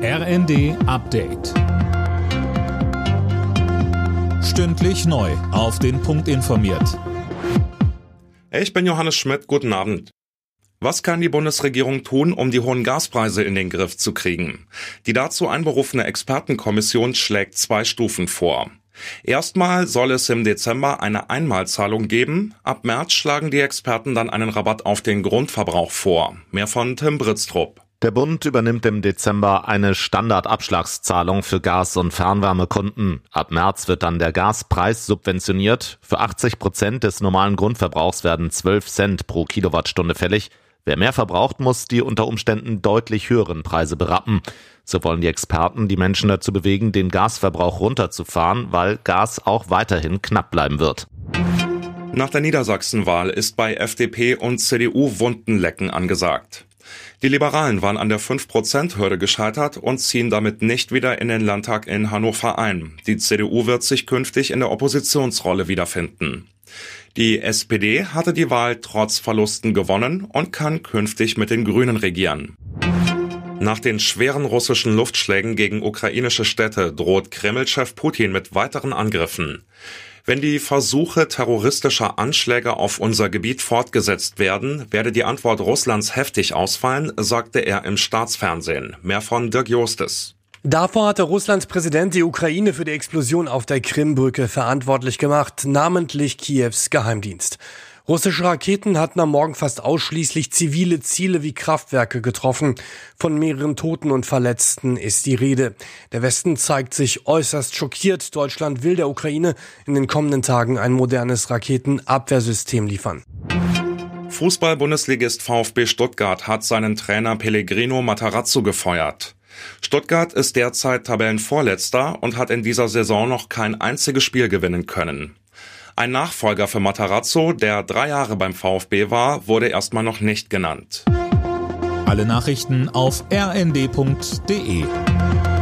RND Update. Stündlich neu auf den Punkt informiert. Ich bin Johannes Schmidt, guten Abend. Was kann die Bundesregierung tun, um die hohen Gaspreise in den Griff zu kriegen? Die dazu einberufene Expertenkommission schlägt 2 Stufen vor. Erstmal soll es im Dezember eine Einmalzahlung geben. Ab März schlagen die Experten dann einen Rabatt auf den Grundverbrauch vor. Mehr von Tim Britztrup. Der Bund übernimmt im Dezember eine Standardabschlagszahlung für Gas- und Fernwärmekunden. Ab März wird dann der Gaspreis subventioniert. Für 80% des normalen Grundverbrauchs werden 12 Cent pro Kilowattstunde fällig. Wer mehr verbraucht, muss die unter Umständen deutlich höheren Preise berappen. So wollen die Experten die Menschen dazu bewegen, den Gasverbrauch runterzufahren, weil Gas auch weiterhin knapp bleiben wird. Nach der Niedersachsenwahl ist bei FDP und CDU Wundenlecken angesagt. Die Liberalen waren an der 5%-Hürde gescheitert und ziehen damit nicht wieder in den Landtag in Hannover ein. Die CDU wird sich künftig in der Oppositionsrolle wiederfinden. Die SPD hatte die Wahl trotz Verlusten gewonnen und kann künftig mit den Grünen regieren. Nach den schweren russischen Luftschlägen gegen ukrainische Städte droht Kreml-Chef Putin mit weiteren Angriffen. Wenn die Versuche terroristischer Anschläge auf unser Gebiet fortgesetzt werden, werde die Antwort Russlands heftig ausfallen, sagte er im Staatsfernsehen. Mehr von Dirk Jostes. Davor hatte Russlands Präsident die Ukraine für die Explosion auf der Krimbrücke verantwortlich gemacht, namentlich Kiews Geheimdienst. Russische Raketen hatten am Morgen fast ausschließlich zivile Ziele wie Kraftwerke getroffen. Von mehreren Toten und Verletzten ist die Rede. Der Westen zeigt sich äußerst schockiert. Deutschland will der Ukraine in den kommenden Tagen ein modernes Raketenabwehrsystem liefern. Fußball-Bundesligist VfB Stuttgart hat seinen Trainer Pellegrino Matarazzo gefeuert. Stuttgart ist derzeit Tabellenvorletzter und hat in dieser Saison noch kein einziges Spiel gewinnen können. Ein Nachfolger für Matarazzo, der 3 Jahre beim VfB war, wurde erstmal noch nicht genannt. Alle Nachrichten auf rnd.de.